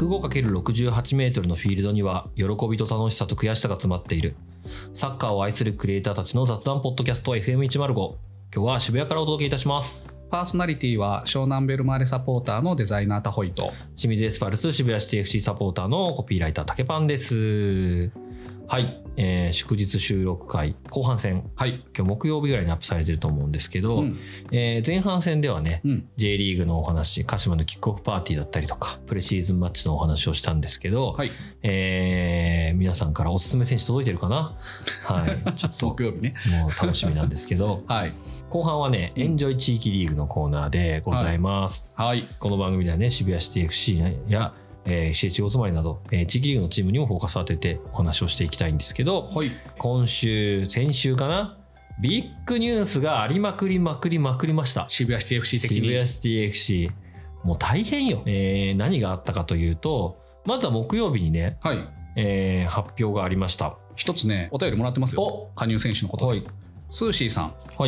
105×68 メートルのフィールドには喜びと楽しさと悔しさが詰まっている。サッカーを愛するクリエイターたちの雑談ポッドキャスト FM105。今日は渋谷からお届けいたします。 パーソナリティは湘南ベルマーレサポーターのデザイナータホイと清水エスパルス渋谷シティ FC サポーターのコピーライター竹パンです。はい、祝日収録会後半戦、はい、今日木曜日ぐらいにアップされてると思うんですけど、前半戦ではね、J リーグのお話、鹿島のキックオフパーティーだったりとかプレシーズンマッチのお話をしたんですけど、はい、皆さんからおすすめ選手届いてるかな、はい、ちょっと木曜日ねもう楽しみなんですけど、はい、後半はねエンジョイ地域リーグのコーナーでございます、はいはい、この番組ではね渋谷シティ FC やCH 大詰まりなど、地域リーグのチームにもフォーカス当ててお話をしていきたいんですけど、はい、先週かな、ビッグニュースがありまくりました。 渋谷シティ FC 的に。 渋谷シティ FC もう大変よ、何があったかというと、まずは木曜日にね、はい、発表がありました。 一つねお便りもらってますよ、加入選手のことで、はい、スーシーさん、はい、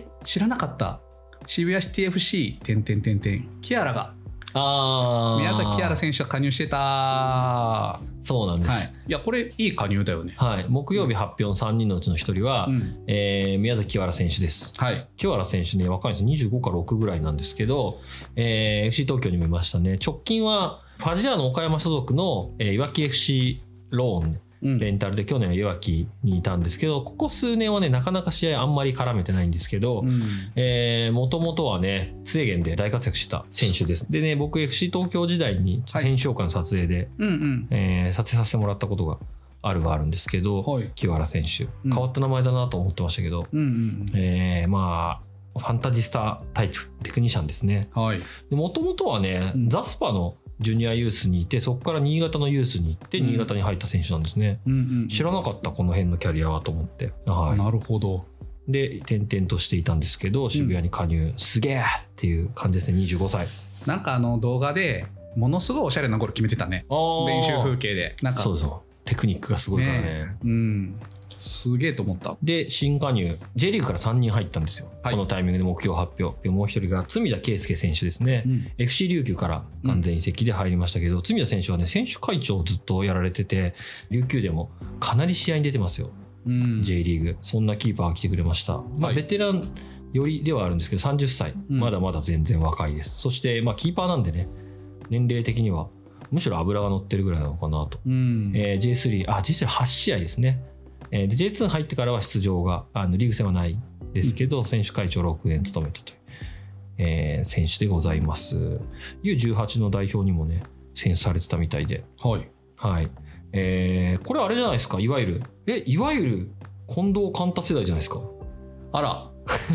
知らなかった、渋谷シティ FC キアラが宮崎キアラ選手が加入してた。 そうなんです、はい、 いやこれいい加入だよね、 はい、木曜日発表の3人のうちの1人は、宮崎キアラ選手です、はい、キアラ選手ね若いんです、25から6ぐらいなんですけど、FC 東京にもいましたね。直近はファジアーノ岡山所属の、いわき FC ローンレンタルで去年はいわきにいたんですけど、ここ数年はねなかなか試合あんまり絡めてないんですけど、もともとはねスウェーデンで大活躍した選手です。でね、僕 FC 東京時代に選手紹介の撮影で、撮影させてもらったことがあるんですけど、はい、清原選手、変わった名前だなと思ってましたけど、まあファンタジスタタイプテクニシャンですね。もともとはね、ザスパのジュニアユースにいて、そこから新潟のユースに行って新潟に入った選手なんですね、知らなかったこの辺のキャリアはと思って、はい、 なるほど。 で転々としていたんですけど渋谷に加入、すげえっていう感じですね。25歳なんか動画でものすごいおしゃれなゴール決めてたね、練習風景で。なんかそうテクニックがすごいからね、 すげえと思った。 で新加入 J リーグから3人入ったんですよ、はい、このタイミングで目標発表で、もう一人が隅田圭佑選手ですね、FC 琉球から完全移籍で入りましたけど、隅田選手はね選手会長をずっとやられてて、琉球でもかなり試合に出てますよ、J リーグ。そんなキーパーが来てくれました、ベテランよりではあるんですけど30歳、まだまだ全然若いです。そしてキーパーなんでね年齢的にはむしろ脂が乗ってるぐらいなのかなと、J3、J3 8試合ですね。で J2 入ってからは出場がリーグ戦はないですけど、選手会長6年務めたという、選手でございます。 U18 の代表にもね選出されてたみたいで、はいはい、これあれじゃないですか、いわゆる近藤寛太世代じゃないですか。 あら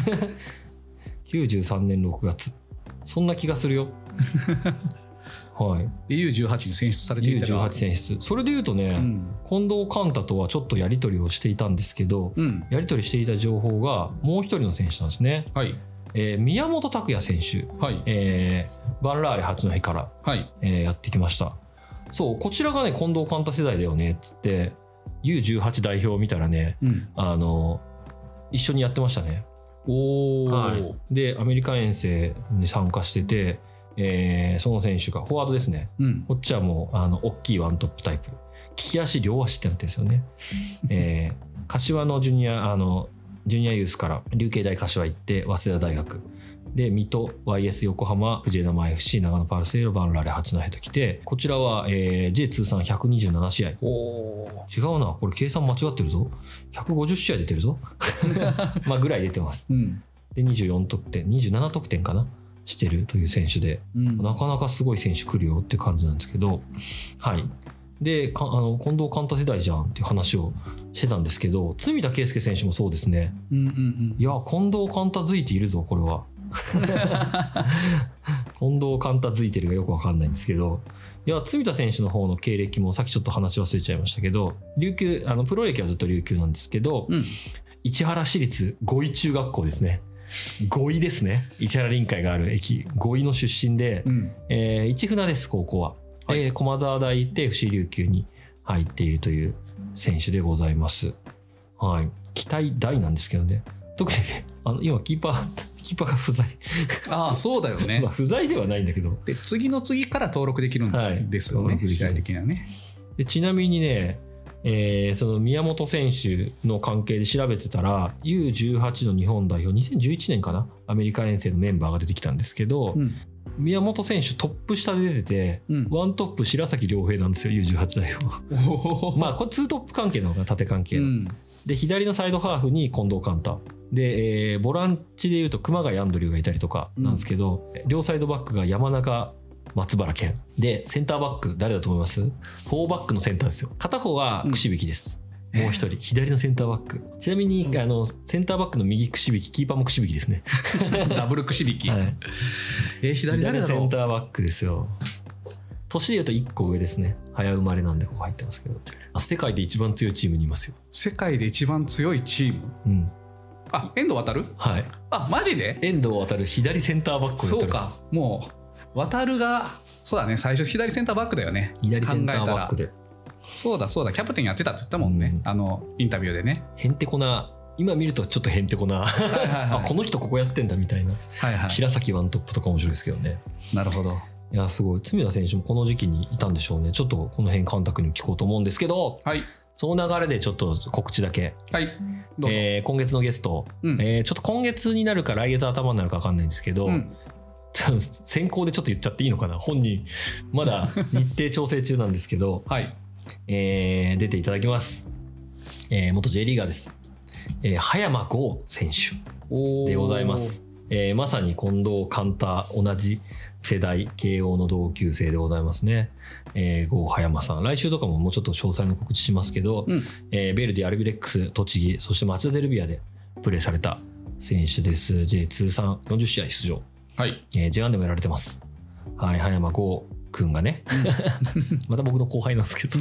93年6月そんな気がするよはい、 U18 に選出されていたら U18 選出。それでいうとね、近藤寛太とはちょっとやり取りをしていたんですけど、やり取りしていた情報がもう一人の選手なんですね、はい。宮本拓也選手、はい、バンラーレ八戸から、はい、やってきました。そう、こちらがね近藤寛太世代だよねっつって U18 代表を見たらね、一緒にやってましたね。はい、でアメリカ遠征に参加してて、その選手がフォワードですね、こっちはもう大きいワントップタイプ、利き足両足ってなってるんですよね、柏のジュニアユースから琉球大柏行って早稲田大学で水戸 YS 横浜藤枝前 FC 長野パルセイロバンラレ八戸ときて、こちらは、J 通算127試合。違うな、これ計算間違ってるぞ、150試合出てるぞぐらい出てます、で24得点27得点かなしてるという選手で、なかなかすごい選手来るよって感じなんですけど、はい。で近藤寛太世代じゃんっていう話をしてたんですけど、隅田圭佑選手もそうですね、いや近藤寛太づいているぞこれは近藤寛太づいてるがよく分かんないんですけど、いや隅田選手の方の経歴もさっきちょっと話忘れちゃいましたけど、琉球プロ歴はずっと琉球なんですけど、市原市立五位中学校ですね。五位ですね。市原臨海がある駅五位の出身で、市船です高校は、はい、駒沢大行って FC 琉球に入っているという選手でございます。はい、期待大なんですけどね。特に今キーパキーパーが不在ああそうだよねまあ不在ではないんだけど、 で次の次から登録できるんですよね、試合的にはね。 でちなみにね、その宮本選手の関係で調べてたら U18 の日本代表2011年かな、アメリカ遠征のメンバーが出てきたんですけど、宮本選手トップ下で出てて、ワントップ白崎亮平なんですよ U18 代表まあこれツートップ関係なのかな、縦関係の、で左のサイドハーフに近藤寛太で、ボランチでいうと熊谷アンドリューがいたりとかなんですけど、両サイドバックが山中松原健で、センターバック誰だと思います？4バックのセンターですよ。片方は櫛引きです、もう一人左のセンターバック、ちなみにセンターバックの右櫛引き、キーパーも櫛引きですねダブル櫛引き、 はい、 左誰だろう。 センターバックですよ。年でいうと1個上ですね、早生まれなんでここ入ってますけど、世界で一番強いチームにいますよ。 世界で一番強いチーム、あ、遠藤航？ はい。 あ、マジで？ 遠藤航左センターバックをやってる。 そうか、もう航がそうだね、最初左センターバックだよね。 左センターバックで、 そうだそうだ、キャプテンやってたって言ったもんね、インタビューでね。 へんてこな、今見るとちょっとへんてこなあ、この人ここやってんだみたいな、白崎ワントップとか面白いですけどね。 なるほど。 いやすごい、常田選手もこの時期にいたんでしょうね。ちょっとこの辺監督に聞こうと思うんですけど、その流れでちょっと告知だけ、どうぞ。今月のゲスト、ちょっと今月になるか来月頭になるか分かんないんですけど、先行でちょっと言っちゃっていいのかな、本人まだ日程調整中なんですけど、出ていただきます、元 J リーガーです、葉山剛選手でございます。まさに近藤寛太同じ世代、慶応の同級生でございますね。郷葉山さん、来週とかももうちょっと詳細の告知しますけど、ベルディ、アルビレックス栃木、そして町田デルビアでプレーされた選手です。 J 通算40試合出場、J1 でもやられてます。葉山剛くんがねまた僕の後輩なんですけど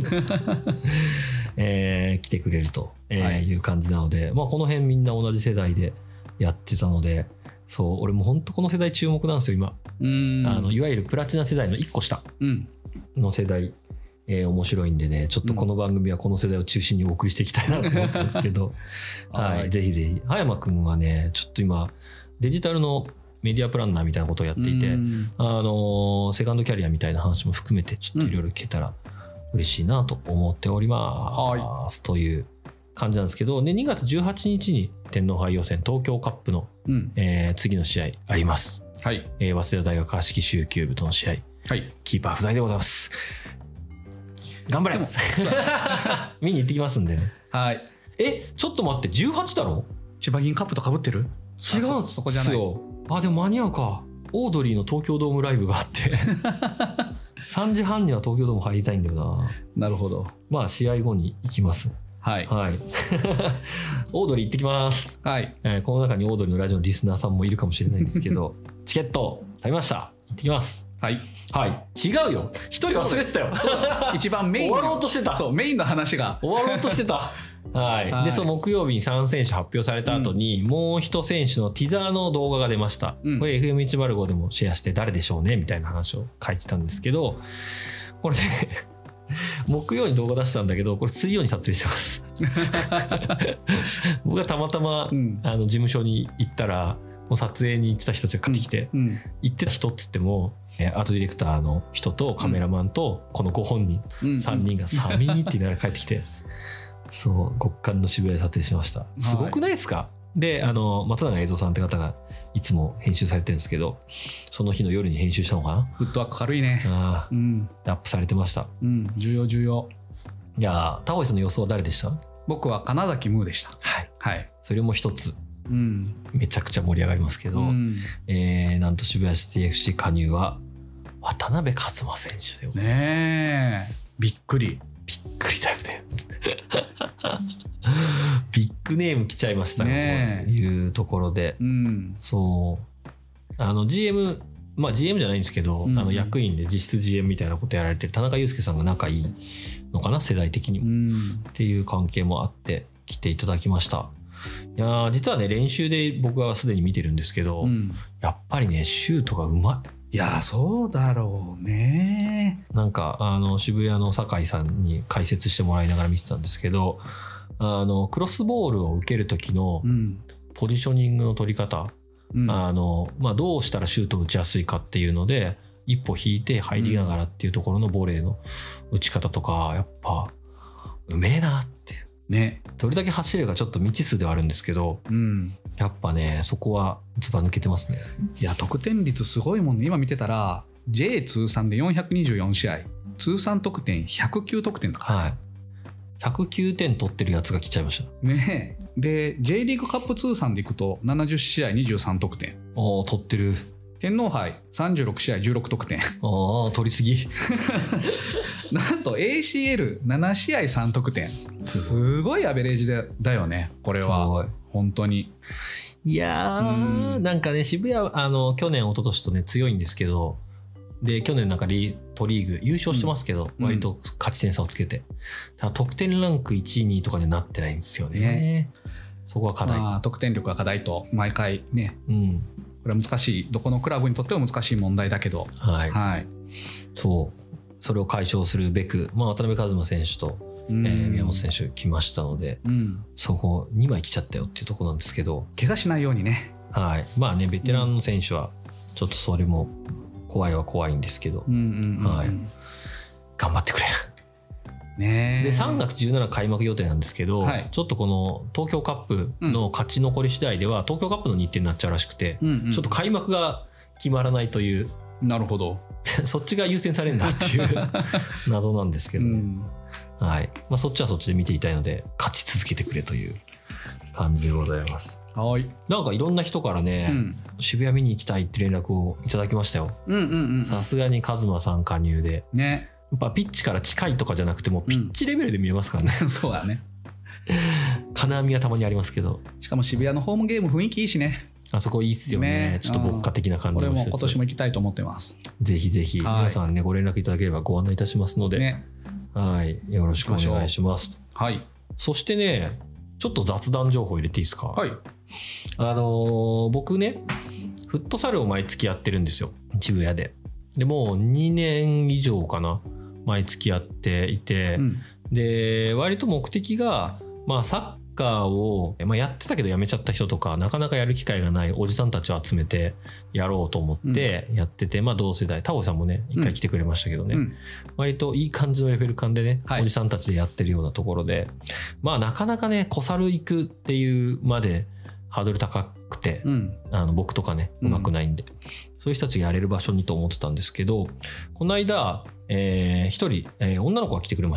来てくれるという感じなので、まあ、この辺みんな同じ世代でやってたので、そう俺も本当この世代注目なんですよ今。いわゆるプラチナ世代の1個下の世代、面白いんでね、ちょっとこの番組はこの世代を中心にお送りしていきたいなと思ってるんですけどぜひぜひ。葉山くんはね、ちょっと今デジタルのメディアプランナーみたいなことをやっていて、セカンドキャリアみたいな話も含めてちょっといろいろ聞けたら嬉しいなと思っております、という感じなんですけど、で2月18日に天皇杯予選東京カップの、次の試合あります、早稲田大学貸木蹴球部との試合、キーパー不在でございます。頑張れ見に行ってきますんでね。ちょっと待って、18だろ。 千葉銀カップとかぶってる？ 違うんです。そこじゃない。あ、でも間に合うか。オードリーの東京ドームライブがあって3時半には東京ドーム入りたいんだよな。 なるほど。 まあ試合後に行きます。オードリー行ってきます。この中にオードリーのラジオのリスナーさんもいるかもしれないんですけどチケット食べました。行ってきます。違うよ、一人忘れてたよ一番メイン終わろうとしてた。 そう、メインの話が終わろうとしてたで、その木曜日に3選手発表された後に、もう一選手のティザーの動画が出ました、これ FM105 でもシェアして誰でしょうねみたいな話を書いてたんですけど、これね木曜に動画出したんだけど、これ水曜に撮影してます僕がたまたま、事務所に行ったら、もう撮影に行ってた人たちが帰ってきて、行ってた人って言ってもアートディレクターの人とカメラマンとこのご本人、3人が寒いって言いながら帰ってきてそう極寒の渋谷で撮影しました。すごくないですか？で松永映像さんって方がいつも編集されてるんですけど、その日の夜に編集したのかな。 フットワーク軽いね。 アップされてました。 重要重要。 いやタオイさんの予想は誰でした？ 僕は金崎ムーでした。 それも一つ、めちゃくちゃ盛り上がりますけど、なんと渋谷シティ FC 加入は渡辺一馬選手でございますね。びっくりだよねビッグネーム来ちゃいましたね、というところで、そうGM、まあ GM じゃないんですけど、役員で実質 GM みたいなことやられてる田中裕介さんが仲いいのかな、世代的にも、っていう関係もあって来ていただきました。いや実はね、練習で僕はすでに見てるんですけど、やっぱりねシュートがうまい。 いやそうだろうね。 なんか渋谷の酒井さんに解説してもらいながら見てたんですけど、クロスボールを受ける時のポジショニングの取り方、 どうしたらシュートを打ちやすいかっていうので一歩引いて入りながらっていうところのボレーの打ち方とかやっぱうめえなっていうね。どれだけ走れるかちょっと未知数ではあるんですけど、やっぱねそこはずば抜けてますね。 いや得点率すごいもんね。今見てたら J 通算で424試合通算得点109得点だから、はい、 109点取ってるやつが来ちゃいましたね。で J リーグカップ通算でいくと70試合23得点。 取ってる。 天皇杯36試合16得点。 取りすぎなんと ACL7 試合3得点。すごいアベレージだよねこれは本当に。 いやーなんかね渋谷去年一昨年とね強いんですけど、で去年なんか都リーグ優勝してますけど、割と勝ち点差をつけて、ただ得点ランク1位2位とかにはなってないんですよね。そこは課題。 得点力が課題と毎回ね、これは難しい、どこのクラブにとっても難しい問題だけど、 それを解消するべく、渡辺一馬選手と、宮本選手来ましたので、そこ2枚来ちゃったよっていうところなんですけど、 怪我しないようにね。 ベテランの選手はちょっとそれも怖いは怖いんですけど、頑張ってくれ。で3月17開幕予定なんですけど、ちょっとこの東京カップの勝ち残り次第では東京カップの日程になっちゃうらしくて、ちょっと開幕が決まらないという。 なるほどそっちが優先されるんだっていう謎なんですけど、そっちはそっちで見ていたいので勝ち続けてくれという感じでございます。なんかいろんな人からね、渋谷見に行きたいって連絡をいただきましたよ。さすがに一馬さん加入でね。やっぱピッチから近いとかじゃなくてもピッチレベルで見えますからね、 そうだね。 金網はたまにありますけど、 しかも渋谷のホームゲーム雰囲気いいしね。 あそこいいっすよ ね。ちょっと牧歌的な感じもして、 俺も今年も行きたいと思ってます。 ぜひぜひ皆さんねご連絡いただければご案内いたしますので、よろしくお願いします。そしてねちょっと雑談情報入れていいですか。僕ねフットサルを毎月やってるんですよ渋谷で。でもう2年以上かな毎月やっていて、で割と目的がサッカーを、やってたけどやめちゃった人とかなかなかやる機会がないおじさんたちを集めてやろうと思ってやってて、同世代タオさんもね一回来てくれましたけどね、割といい感じのレベル感でね、おじさんたちでやってるようなところで、なかなかね小猿行くっていうまでハードル高くて、僕とかねうまくないんで、そういう人たちがやれる場所にと思ってたんですけど、この間一人、女の子が来てくれました。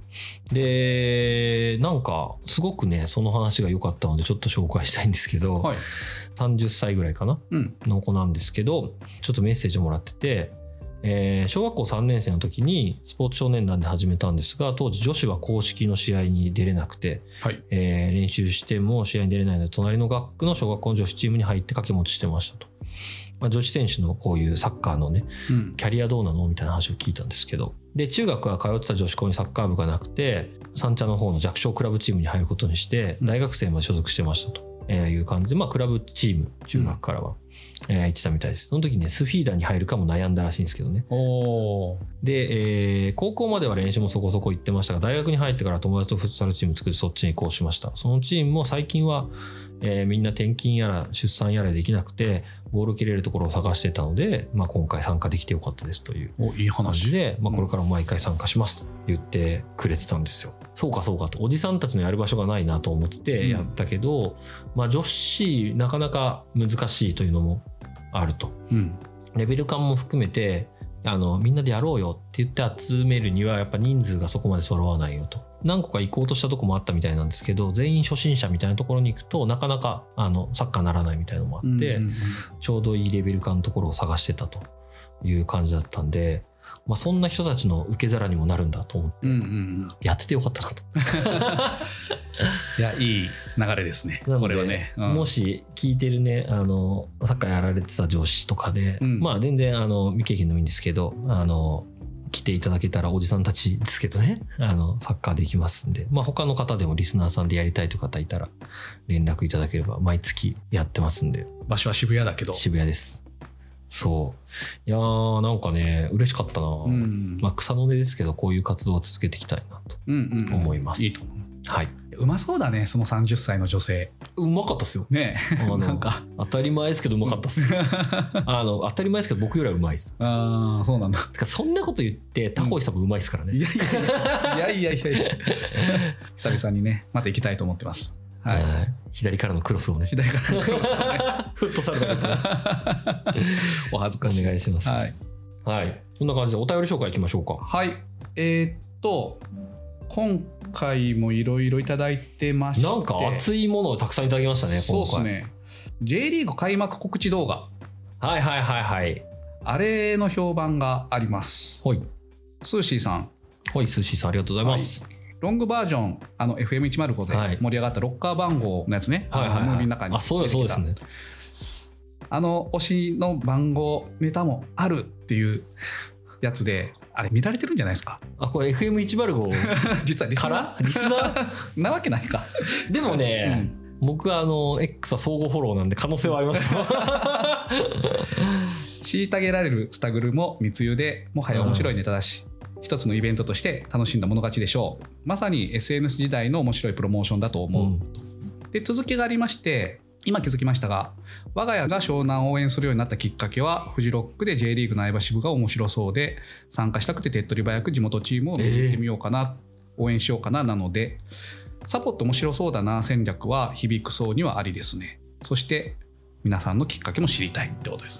でなんかすごくねその話が良かったのでちょっと紹介したいんですけど、30歳ぐらいかな、の子なんですけど、ちょっとメッセージをもらってて、小学校3年生の時にスポーツ少年団で始めたんですが、当時女子は公式の試合に出れなくて、練習しても試合に出れないので隣の学区の小学校の女子チームに入って掛け持ちしてましたと。女子選手のこういうサッカーのね、キャリアどうなのみたいな話を聞いたんですけど、で中学は通ってた女子校にサッカー部がなくて三茶の方の弱小クラブチームに入ることにして大学生まで所属してましたという感じで、クラブチーム中学からは、行ってたみたいです。その時ねスフィーダーに入るかも悩んだらしいんですけどね。で、高校までは練習もそこそこ行ってましたが、大学に入ってから友達とフットサルチーム作ってそっちに移行しました。そのチームも最近はみんな転勤やら出産やらできなくてボール切れるところを探してたので、今回参加できてよかったですという感じで、これからも毎回参加しますと言ってくれてたんですよ。そうかそうかと、おじさんたちのやる場所がないなと思ってやったけど、女子なかなか難しいというのもあると、レベル感も含めてみんなでやろうよって言って集めるにはやっぱ人数がそこまで揃わないよと。何個か行こうとしたとこもあったみたいなんですけど、全員初心者みたいなところに行くとなかなかサッカーならないみたいなのもあって、ちょうどいいレベル感のところを探してたという感じだったんで、そんな人たちの受け皿にもなるんだと思って、やっててよかったなといやいい流れですねこれはね。 もし聞いてるねサッカーやられてた上司とかで、全然未経験でもいいんですけど来ていただけたら、おじさんたちですけどねサッカーできますんで、他の方でもリスナーさんでやりたいという方いたら連絡いただければ毎月やってますんで。 場所は渋谷だけど。 渋谷です。そう。いやーなんかね嬉しかったな、草の根ですけどこういう活動を続けていきたいなと思います。 いいと思う。 はい、 うまそうだね、その30歳の女性。 うまかったっすよね。 なんか当たり前ですけどうまかったっす当たり前ですけど僕よりはうまいです。 ああ、そうなんだ。 そんなこと言ってタコイさんもうまいですからね。 いや久々にねまた行きたいと思ってます。はい、 左からのクロスをね。 左からのクロスをね。 フットサルだけど。 お恥ずかしい。 お願いします。 はい。 はい。そんな感じでお便り紹介いきましょうか。 はい。今回もいろいろいただいてまして。 なんか熱いものをたくさんいただきましたね。 そうですね。J リーグ開幕告知動画。 はいはいはいはい。 あれの評判があります。 はい。 スーシーさん。 はい、スーシーさんありがとうございます。 はい、ロングバージョンFM105 で盛り上がったロッカー番号のやつね、ムービーの中にそうですね。 推しの番号ネタもあるっていうやつで、あれ見られてるんじゃないですか。 これ FM105 実はリスナーなわけないか。 でもね、僕はX は相互フォローなんで可能性はありますよ。 虐げられるスタグルも密輸で、もはや面白いネタだし、一つのイベントとして楽しんだもの勝ちでしょう。まさに SNS 時代の面白いプロモーションだと思う。で、続きがありまして、今気づきましたが、我が家が湘南を応援するようになったきっかけは、フジロックで J リーグの相場支部が面白そうで、参加したくて手っ取り早く地元チームを見に行ってみようかな、応援しようかななので、サポって面白そうだな戦略は響くそうにはありですね。そして皆さんのきっかけも知りたいってことです。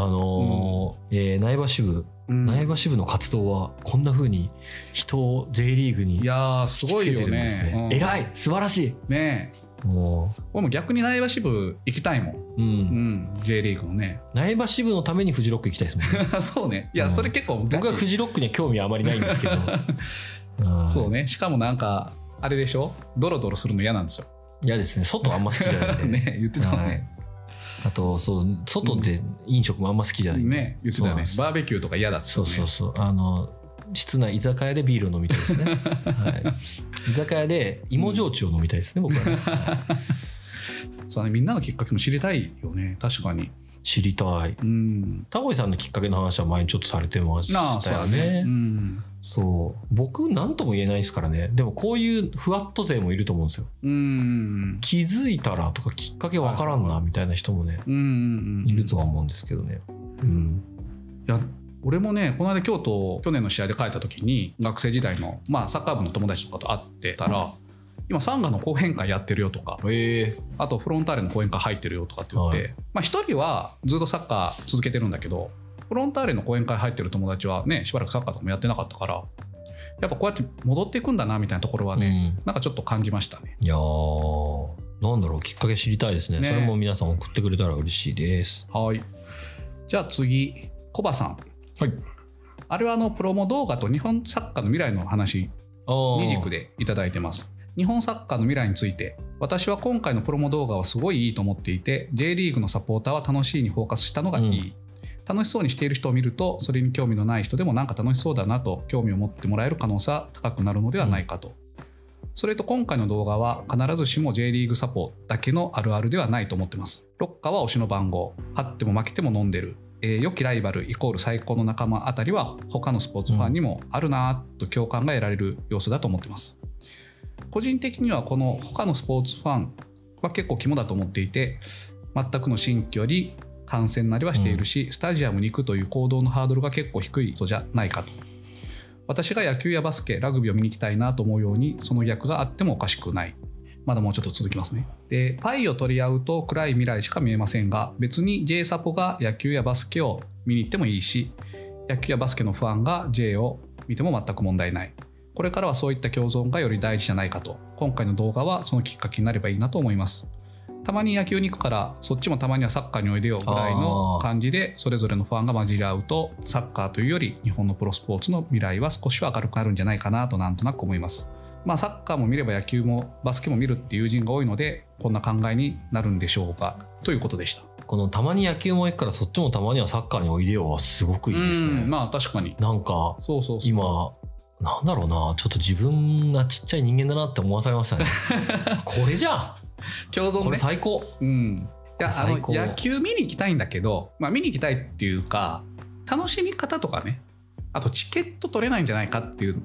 苗場支部、苗場支部の活動はこんな風に人を J リーグに引きつけてるんですね。偉い、素晴らしいね。俺も逆に苗場支部行きたいもん、J リーグのね。 苗場支部のためにフジロック行きたいですもんね。 そうね。いや、それ結構僕はフジロックには興味はあまりないんですけど。 そうね。しかもなんかあれでしょ、ドロドロするの嫌なんですよ。 嫌ですね。外あんま好きじゃないんでね。言ってたもんね。 あと外で飲食もあんま好きじゃないね。言ってたね。バーベキューとか嫌だっつってね。 そう室内居酒屋でビールを飲みたいですね。居酒屋で芋焼酎を飲みたいですね、僕はね。 そうね、みんなのきっかけも知りたいよね。確かに知りたい。タコイさんのきっかけの話は前にちょっとされてましたよね。そう僕何とも言えないですからね。でもこういうふわっと勢もいると思うんですよ。気づいたらとかきっかけわからんなみたいな人もねいるとは思うんですけどね。 いや俺もね、この間京都去年の試合で帰った時に学生時代の、サッカー部の友達とかと会ってたら、今サンガの講演会やってるよとか、あとフロンターレの講演会入ってるよとかって言って、一人はずっとサッカー続けてるんだけど、フロンターレの講演会入ってる友達はね、しばらくサッカーとかもやってなかったから、やっぱこうやって戻っていくんだなみたいなところはね、なんかちょっと感じましたね。 いやー、なんだろう、きっかけ知りたいですね。それも皆さん送ってくれたら嬉しいです。 はい。じゃあ次、コバさん。 はい。 あれはプロモ動画と日本サッカーの未来の話、二軸でいただいてます。日本サッカーの未来について、私は今回のプロモ動画はすごいいいと思っていて、J リーグのサポーターは楽しいにフォーカスしたのがいい。楽しそうにしている人を見ると、それに興味のない人でもなんか楽しそうだなと興味を持ってもらえる可能性は高くなるのではないかと。それと今回の動画は必ずしも J リーグサポだけのあるあるではないと思ってます。ロッカーは推しの番号、勝っても負けても飲んでる、良きライバルイコール最高の仲間あたりは他のスポーツファンにもあるなと共感が得られる要素だと思ってます。個人的にはこの他のスポーツファンは結構肝だと思っていて、全くの新規より観戦なりはしているし、スタジアムに行くという行動のハードルが結構低いことじゃないかと。私が野球やバスケ、ラグビーを見に行きたいなと思うように、その逆があってもおかしくない。まだもうちょっと続きますね。で、パイを取り合うと暗い未来しか見えませんが、別に J サポが野球やバスケを見に行ってもいいし、野球やバスケのファンが J を見ても全く問題ない。これからはそういった共存がより大事じゃないかと、今回の動画はそのきっかけになればいいなと思います。たまに野球に行くからそっちもたまにはサッカーにおいでよぐらいの感じでそれぞれのファンが混じり合うと、サッカーというより日本のプロスポーツの未来は少しは明るくなるんじゃないかなとなんとなく思います。サッカーも見れば野球もバスケも見るっていう友人が多いので、こんな考えになるんでしょうかということでした。 このたまに野球も行くからそっちもたまにはサッカーにおいでよはすごくいいですね。 確かになんか今なんだろうな、ちょっと自分がちっちゃい人間だなって思わされましたね。これじゃん共存ね、 これ最高。 いや野球見に行きたいんだけど、見に行きたいっていうか楽しみ方とかね、あとチケット取れないんじゃないかっていう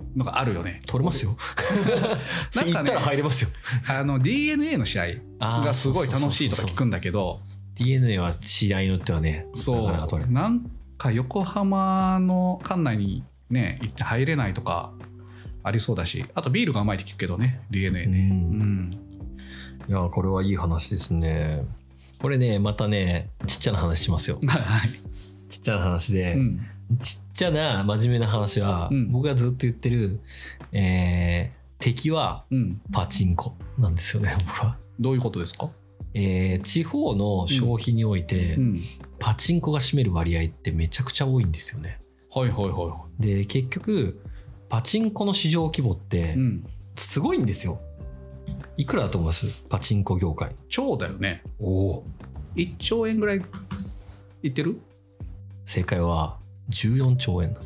のがあるよね。 取れますよ。なんかね、行ったら入れますよ。 DNA の試合がすごい楽しいとか聞くんだけど、 DNA は試合によってはね、 そう、 なかなか取れない。 なんか横浜の館内にね行って入れないとかありそうだし、あとビールがうまいって聞くけどね、 DNA ね。 いやこれはいい話ですね。これねまたねちっちゃな話しますよ。ちっちゃな話で、ちっちゃな真面目な話は、僕がずっと言ってる、敵はパチンコなんですよね、僕は。 どういうことですか？ 地方の消費において、パチンコが占める割合ってめちゃくちゃ多いんですよね。で結局パチンコの市場規模ってすごいんですよ。いくらだと思います？パチンコ業界。 超だよね。1兆円ぐらいいってる？ 正解は14兆円なんです。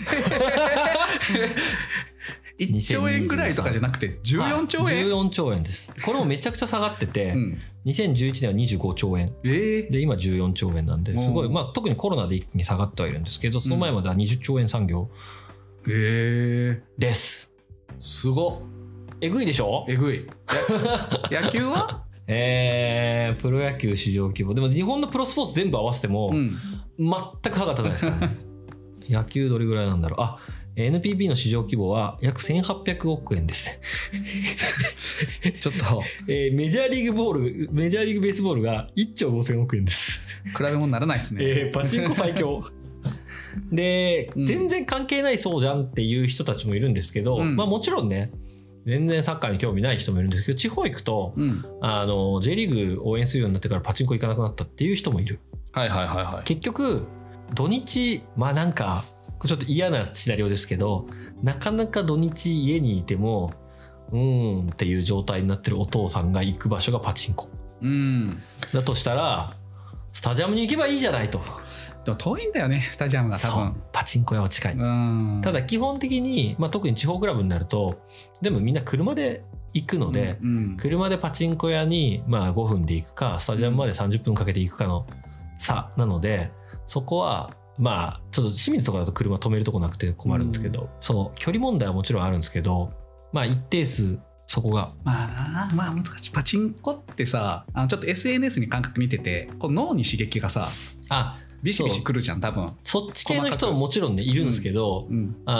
1兆円ぐらいとかじゃなくて14兆円、 14兆円です。これもめちゃくちゃ下がってて、2011年は25兆円、で今14兆円なんですごい、特にコロナで一気に下がってはいるんですけど、その前までは20兆円産業です。 すごっ。 えぐいでしょ？ えぐい。野球はプロ野球市場規模でも日本のプロスポーツ全部合わせても、全く歯が立たないですからね。野球どれぐらいなんだろう。NPB の市場規模は約1800億円ですね。 ちょっと、 メジャーリーグベースボールが1兆5000億円です。 比べ物にならないですね。 パチンコ最強。で、全然関係ないそうじゃんっていう人たちもいるんですけど、もちろんね、全然サッカーに興味ない人もいるんですけど、地方行くと、J リーグ応援するようになってからパチンコ行かなくなったっていう人もいる。結局土日なんかちょっと嫌なシナリオですけど、なかなか土日家にいてもっていう状態になってるお父さんが行く場所がパチンコ、だとしたらスタジアムに行けばいいじゃないと。 でも遠いんだよね、スタジアムが。多分パチンコ屋は近い。ただ基本的に、特に地方クラブになるとでもみんな車で行くので、車でパチンコ屋に5分で行くかスタジアムまで30分かけて行くかの差なので、そこはちょっと清水とかだと車止めるとこなくて困るんですけど、そう距離問題はもちろんあるんですけど、一定数そこが難しい。パチンコってさ、ちょっと SNS に感覚見てて、こう脳に刺激がさビシビシくるじゃん。多分そっち系の人ももちろんねいるんですけど、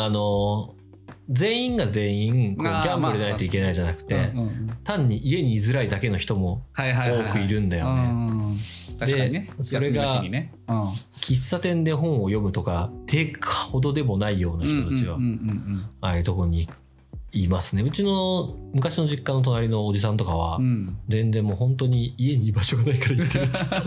全員が全員こうギャンブルでないといけないじゃなくて、単に家に居づらいだけの人も多くいるんだよね。 確かにね。 それが喫茶店で本を読むとかってほどでもないような人たちはああいうところにいますね。うちの昔の実家の隣のおじさんとかは全然もう本当に家に居場所がないから行ってるっつった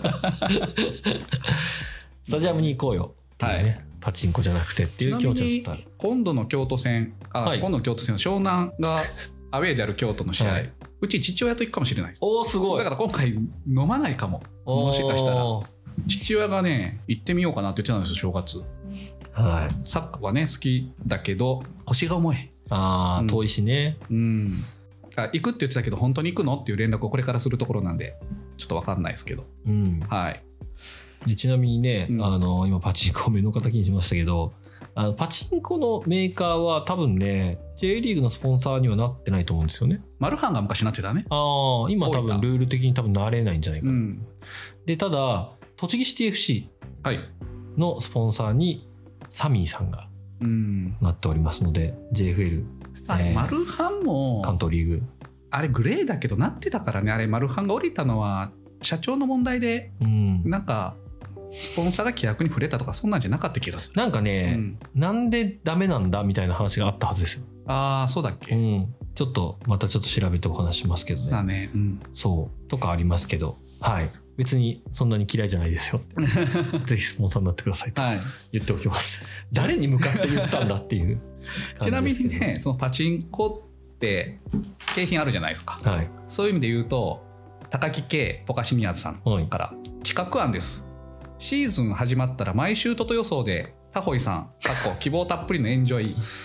スタジアムに行こうよっていうね、パチンコじゃなくてっていう気持ちはずっとある。 今度の京都戦今度の京都戦の湘南がアウェーである京都の試合、うち父親と行くかもしれないです。 すごい。 だから今回飲まないかも。もしかしたら父親がね行ってみようかなって言ってたんですよ、正月。サッカーはね好きだけど腰が重い。 遠いしね。 行くって言ってたけど本当に行くのっていう連絡をこれからするところなんでちょっと分かんないですけど。 でちなみにね、今パチンコを目の敵にしましたけど、パチンコのメーカーは多分ね J リーグのスポンサーにはなってないと思うんですよね。 マルハンが昔なってたね。 今多分ルール的に多分なれないんじゃないかな。でただ栃木シティ FC のスポンサーにサミーさんがなっておりますので、JFL マルハンも関東リーグあれグレーだけどなってたからね。あれマルハンが降りたのは社長の問題で、なんかスポンサーが規約に触れたとかそんなんじゃなかった気がする。 なんかね、なんでダメなんだみたいな話があったはずですよ。 そうだっけ。 ちょっとまたちょっと調べてお話しますけどね。そうとかありますけど、別にそんなに嫌いじゃないですよぜひスポンサーになってくださいと言っておきます。誰に向かって言ったんだっていうちなみにね、そのパチンコって景品あるじゃないですか。そういう意味で言うと高木圭ポカシニアーズさんから企画案です。シーズン始まったら毎週トト予想でタホイさん希望たっぷりのエンジョイ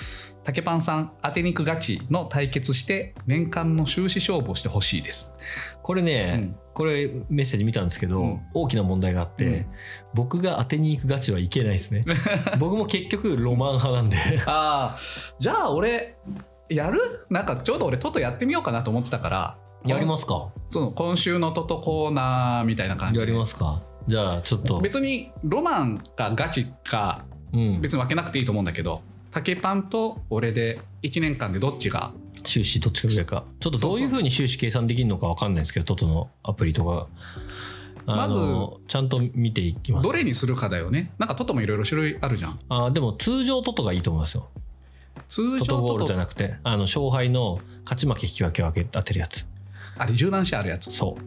竹パンさん当てに行くガチの対決して年間の収支勝負をしてほしいです。 これね、これメッセージ見たんですけど、大きな問題があって、僕が当てに行くガチはいけないですね。僕も結局ロマン派なんでああ、じゃあ俺やる？なんかちょうど俺トトやってみようかなと思ってたから。 やりますか？ その今週のトトコーナーみたいな感じでやりますか？じゃあちょっと別にロマンかガチか別に分けなくていいと思うんだけど、竹パンと俺で1年間でどっちが収支どっちが上か、ちょっとどういう風に収支計算できるのか分かんないですけど、トトのアプリとかまずちゃんと見ていきます。 どれにするかだよね。なんかトトもいろいろ種類あるじゃん。 でも通常トトがいいと思いますよ。 通常トトゴールじゃなくて勝敗の勝ち負け引き分けを当てるやつ。 あれ10何試合あるやつ。 そう。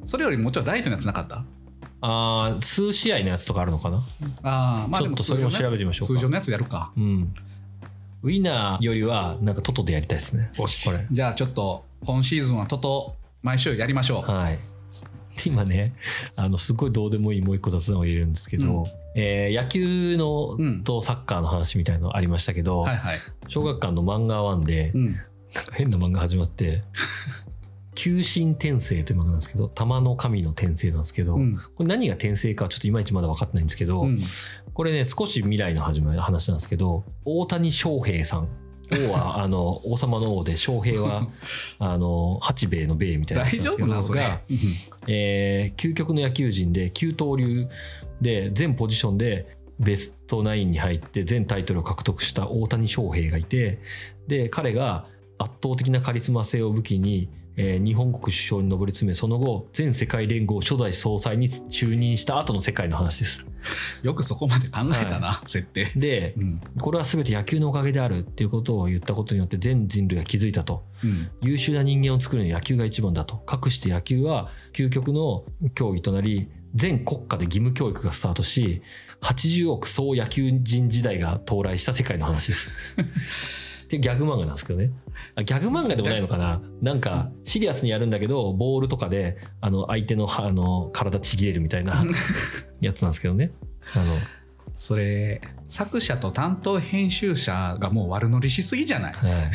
それよりもちろんライトのやつなかった？ 数試合のやつとかあるのかな。 まあちょっとそれを調べてみましょうか。 通常のやつやるか。 ウィナーよりはなんかトトでやりたいですね。これじゃあちょっと今シーズンはトト毎週やりましょう。 はい。今ねすごいどうでもいいもう一個雑談を入れるんですけど、野球のとサッカーの話みたいなのありましたけど、小学館の漫画1で、なんか変な漫画始まって球神転生という漫画なんですけど、玉の神の転生なんですけど、これ何が転生かちょっといまいちまだ分かってないんですけど、これね少し未来の話なんですけど、大谷翔平さん、王は王様の王で、翔平は八兵衛の兵衛みたいな人なんですけどが、究極の野球人で9刀流で全ポジションでベストナインに入って全タイトルを獲得した大谷翔平がいて、で彼が圧倒的なカリスマ性を武器に日本国首相に上り詰め、その後全世界連合初代総裁に就任した後の世界の話です。 よくそこまで考えたな、設定で、これは全て野球のおかげであるっていうことを言ったことによって全人類が気づいたと、優秀な人間を作るには野球が一番だと、かくして野球は究極の競技となり、全国家で義務教育がスタートし、80億総野球人時代が到来した世界の話ですっていうギャグ漫画なんですけどね。ギャグ漫画でもないのかな。なんかシリアスにやるんだけどボールとかで相手の体ちぎれるみたいなやつなんですけどね。 それ作者と担当編集者がもう悪乗りしすぎじゃない？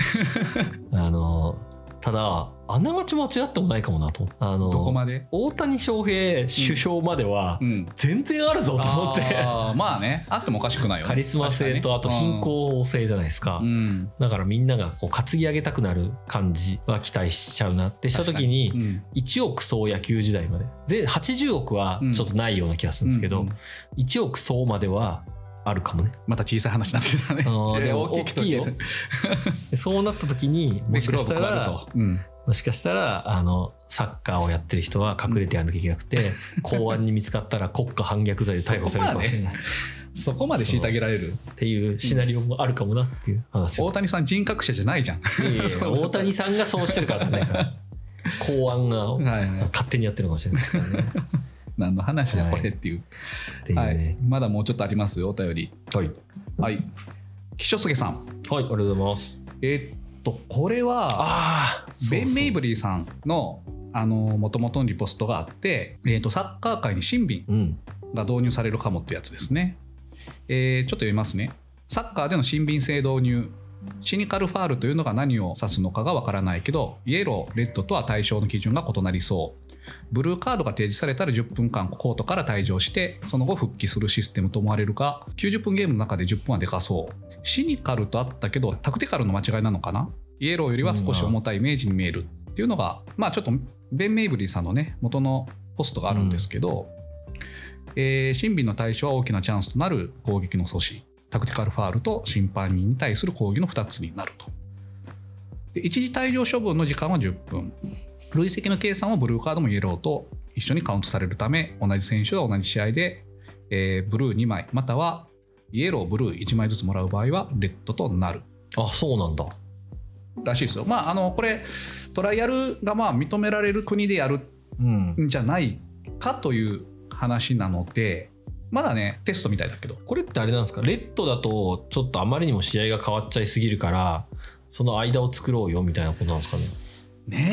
ただあながち間違ってもないかもなと。 どこまで？ 大谷翔平首相までは全然あるぞと思って、 まあね、あってもおかしくないよね。 カリスマ性とあと貧困性じゃないですか、だからみんながこう担ぎ上げたくなる感じは期待しちゃうなってした時に、1億総野球時代まで80億はちょっとないような気がするんですけど、1億総まではあるかもね。 また小さい話になってきたね。 でも大きいよそうなった時にもしかしたらサッカーをやってる人は隠れてやらなきゃいけなくて、公安に見つかったら国家反逆罪で逮捕されるかもしれない。 そこまで虐げられるっていうシナリオもあるかもなっていう話。 大谷さん人格者じゃないじゃん。 大谷さんがそうしてるからね。公安が勝手にやってるかもしれないですからね。 何の話やこれっていう。まだもうちょっとありますよ、お便り。はい。岸初助さん。 はい、ありがとうございます。 これはベン・メイブリーさんの元々のリポストがあって、サッカー界にシンビンが導入されるかもってやつですね。ちょっと読みますね。サッカーでのシンビン制導入。シニカルファールというのが何を指すのかがわからないけど、イエロー、レッドとは対象の基準が異なりそう。ブルーカードが提示されたら10分間コートから退場してその後復帰するシステムと思われるが、90分ゲームの中で10分はでかそう。シニカルとあったけどタクティカルの間違いなのかな。イエローよりは少し重たいイメージに見えるっていうのが、まあちょっとベン・メイブリーさんのね元のポストがあるんですけど、審判の対象は大きなチャンスとなる攻撃の阻止、タクティカルファールと審判人に対する抗議の2つになると。で一時退場処分の時間は10分、累積の計算はブルーカードもイエローと一緒にカウントされるため、同じ選手が同じ試合で、ブルー2枚またはイエローブルー1枚ずつもらう場合はレッドとなる。 あ、そうなんだらしいですよ。まあこれトライアルがまあ認められる国でやるんじゃないかという話なので、まだねテストみたいだけど。 これってあれなんですか、レッドだとちょっとあまりにも試合が変わっちゃいすぎるからその間を作ろうよみたいなことなんですかね。 ねえ、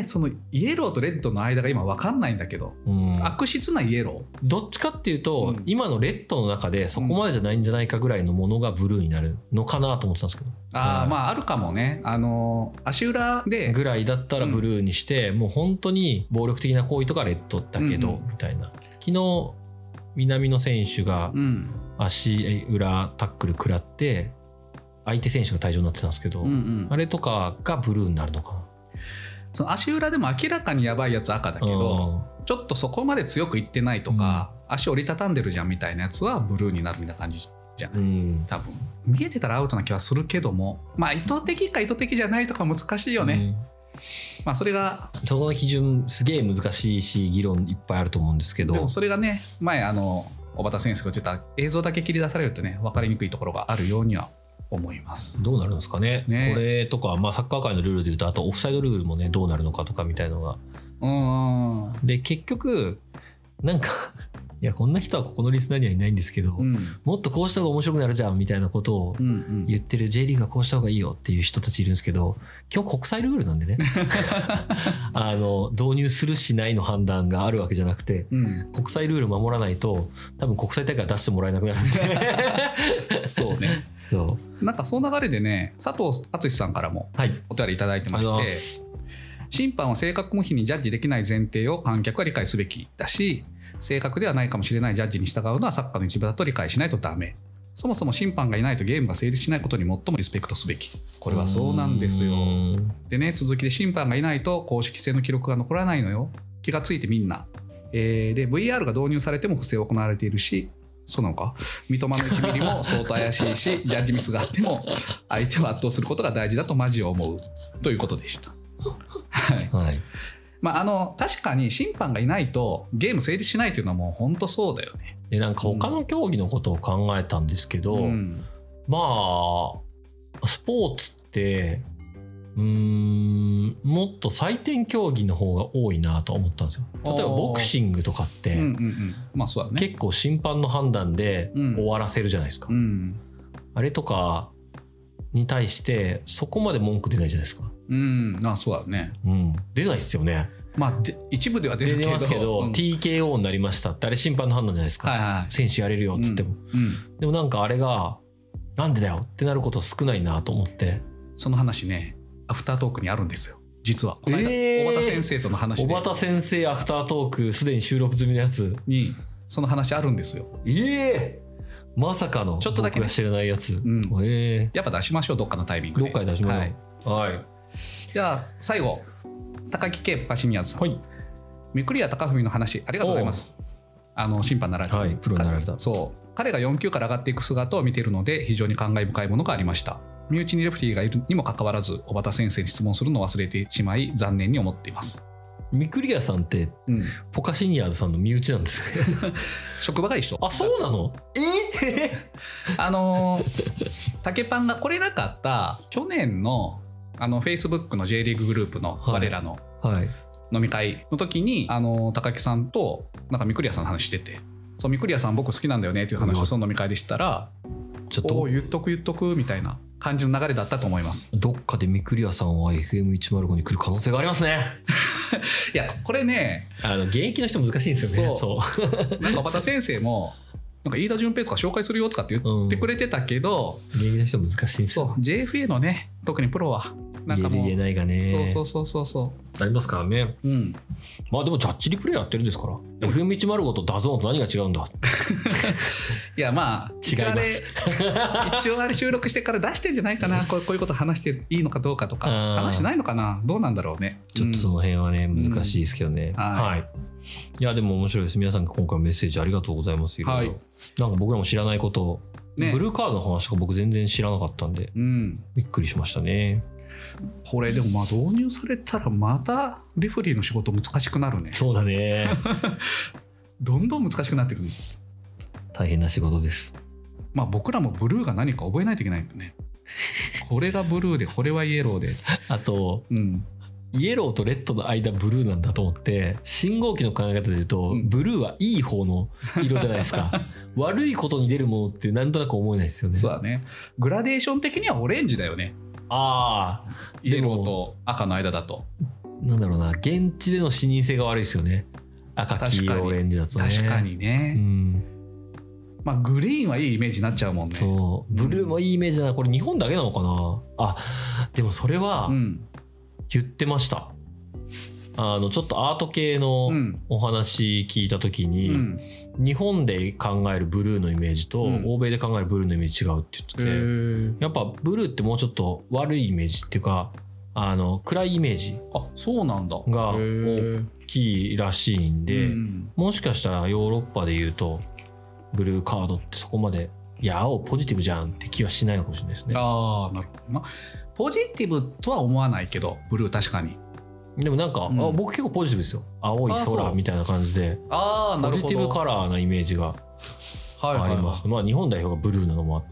ねそのイエローとレッドの間が今分かんないんだけど、悪質なイエローどっちかっていうと、今のレッドの中でそこまでじゃないんじゃないかぐらいのものがブルーになるのかなと思ってたんですけど、 まああるかもね。足裏でぐらいだったらブルーにして、もう本当に暴力的な行為とかレッドだけど、みたいな。昨日南野選手が足裏タックル食らって相手選手が退場になってたんですけど、あれとかがブルーになるのかな。 その足裏でも明らかにやばいやつ赤だけど、ちょっとそこまで強くいってないとか、足折りたたんでるじゃんみたいなやつはブルーになるみたいな感じじゃない、多分見えてたらアウトな気はするけども、まあ意図的か意図的じゃないとか難しいよね、まあそれがそこの基準すげえ難しいし議論いっぱいあると思うんですけど、 でもそれがね前小畑先生が言ってた映像だけ切り出されるとね分かりにくいところがあるようには思います。 どうなるんですか ねこれとか、まあ、サッカー界のルールでいうとあとオフサイドルールもねどうなるのかとかみたいのがで結局なんかいやこんな人はここのリスナーにはいないんですけど、もっとこうした方が面白くなるじゃんみたいなことを言ってる J リーグがこうした方がいいよっていう人たちいるんですけど、今日国際ルールなんでね導入するしないの判断があるわけじゃなくて、国際ルール守らないと多分国際大会出してもらえなくなるんでそうねそうなんかその流れでね佐藤敦さんからもお便りいただいてまして、審判は正確無比にジャッジできない前提を観客は理解すべきだし、正確ではないかもしれないジャッジに従うのはサッカーの一部だと理解しないとダメ。そもそも審判がいないとゲームが成立しないことに最もリスペクトすべき。これはそうなんですよ。でね、続きで審判がいないと公式戦の記録が残らないのよ。気がついてみんな。で VR が導入されても不正行われているし、そうなのか、三笘の1ミリも相当怪しいし、ジャッジミスがあっても相手を圧倒することが大事だとマジを思うということでした。はい、まあ、確かに審判がいないとゲーム成立しないというのはもう本当そうだよね。 でなんか他の競技のことを考えたんですけど、まあスポーツってもっと採点競技の方が多いなと思ったんですよ。例えばボクシングとかって、 まあそうだね、 結構審判の判断で終わらせるじゃないですか、あれとかに対してそこまで文句出ないじゃないですか。 そうだね、 出ないですよね。 まあ一部では出るけど、 出ますけど、TKO になりましたってあれ審判の判断じゃないですか、選手やれるよっつっても、でもなんかあれがなんでだよってなること少ないなと思って。 その話ねアフタートークにあるんですよ実は。この間小畑先生との話で、 小畑先生アフタートークすでに収録済みのやつにその話あるんですよ。 まさかのちょっとだけ、 僕が知らないやつ、 やっぱ出しましょうどっかのタイミングで。 どっかで出しましょう。はい、 じゃあ最後高木圭ポカシニアズさん、ミクリア高文の話ありがとうございます。審判になられた、 プロになられた。 そう彼が4級から上がっていく姿を見ているので非常に感慨深いものがありました。身内にレフティーがいるにもかかわらず小畑先生に質問するのを忘れてしまい残念に思っています。 ミクリアさんって、ポカシニアーズさんの身内なんですね職場が一緒。 あ、そうなの？ 竹パンが来れなかった去年のFacebook の J リーググループの我らの飲み会の時に高木さんとなんかミクリアさんの話してて、そうミクリアさん僕好きなんだよねっていう話をその飲み会でしたら、ちょっと言っとくみたいな感じの流れだったと思います。 どっかでミクリアさんは FM105 に来る可能性がありますねいやこれね現役の人難しいんですよね。そうなんか小畑先生もなんか飯田純平とか紹介するよとかって言ってくれてたけど、 現役の人難しいんですよ。 そう JFA のね特にプロはなんかもう言えないがね。 そうありますからね。まあでもジャッジリプレイやってるんですから FM105 とダゾーンと何が違うんだいやまあ違います一応あれ収録してから出してんじゃないかなこういうこと話していいのかどうかとか話してないのかなどうなんだろうね。 ちょっとその辺はね難しいですけどね。いやでも面白いです。皆さん今回メッセージありがとうございます。なんか僕らも知らないことを、ブルーカードの話とか僕全然知らなかったんで、びっくりしましたね。 これでもまあ導入されたらまたレフェリーの仕事難しくなるね。 そうだねどんどん難しくなってくる。 大変な仕事です。 まあ僕らもブルーが何か覚えないといけないんだねこれがブルーでこれはイエローで、 あと、イエローとレッドの間ブルーなんだと思って、信号機の考え方で言うと、ブルーはいい方の色じゃないですか悪いことに出るものってなんとなく思えないですよね。 そうだね。グラデーション的にはオレンジだよね。イエローと赤の間だと。 なんだろうな、現地での視認性が悪いですよね。赤黄色オレンジだとね。 確かにね、まあグリーンはいいイメージになっちゃうもんね。 そうブルーもいいイメージだな。これ日本だけなのかな。あ、でもそれは言ってました、ちょっとアート系のお話聞いた時に、日本で考えるブルーのイメージと欧米で考えるブルーのイメージ違うって言ってて、やっぱブルーってもうちょっと悪いイメージっていうか、暗いイメージが大きいらしいんで、もしかしたらヨーロッパで言うとブルーカードってそこまでいや青ポジティブじゃんって気はしないのかもしれないですね。 ああ、なるほど。まあポジティブとは思わないけどブルー確かに。 でもなんか、僕結構ポジティブですよ。青い空みたいな感じで、ポジティブカラーなイメージがあります。まあ日本代表がブルーなのもあって、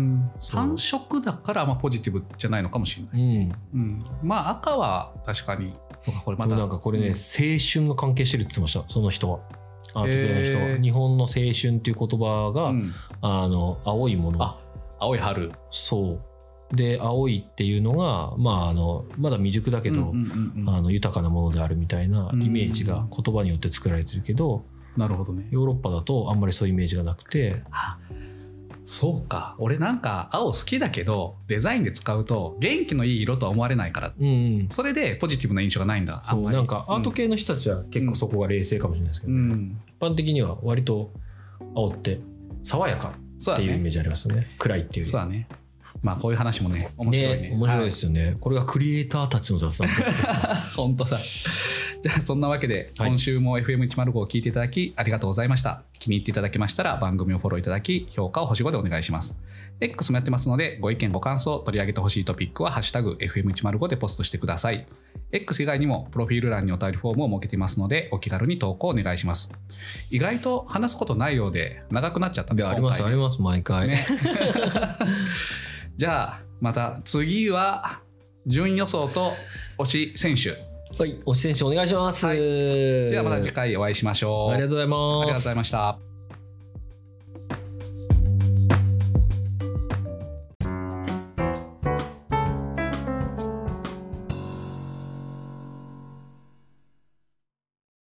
3色だからまあポジティブじゃないのかもしれない。まあ赤は確かに。 これまたなんかこれね、青春が関係してるって言ってました。その人は。アート系の人は日本の青春っていう言葉が、青いもの。 青い春。 そうで青いっていうのが、まだ未熟だけど、豊かなものであるみたいなイメージが言葉によって作られてるけど、 なるほどね。 ヨーロッパだとあんまりそういうイメージがなくて。 そうか。俺なんか青好きだけどデザインで使うと元気のいい色とは思われないから、それでポジティブな印象がないんだ。 そうなんかアート系の人たちは結構そこが冷静かもしれないですけど、一般的には割と青って爽やかっていうイメージありますよね。暗いっていう。 そうだね。まあこういう話もね面白いね。 面白いですよね。これがクリエイターたちの雑談。 本当だ。じゃあそんなわけで今週も FM105 を聞いていただきありがとうございました。気に入っていただけましたら番組をフォローいただき評価を星5でお願いします。X もやってますのでご意見ご感想取り上げてほしいトピックはハッシュタグ FM105 でポストしてください。X 以外にもプロフィール欄にお便りフォームを設けていますのでお気軽に投稿お願いします。意外と話すことないようで長くなっちゃったんで。 ありますあります毎回、ね、 じゃあまた次は順位予想と推し選手。 はい、推し選手お願いします。 ではまた次回お会いしましょう。 ありがとうございます。 ありがとうございました。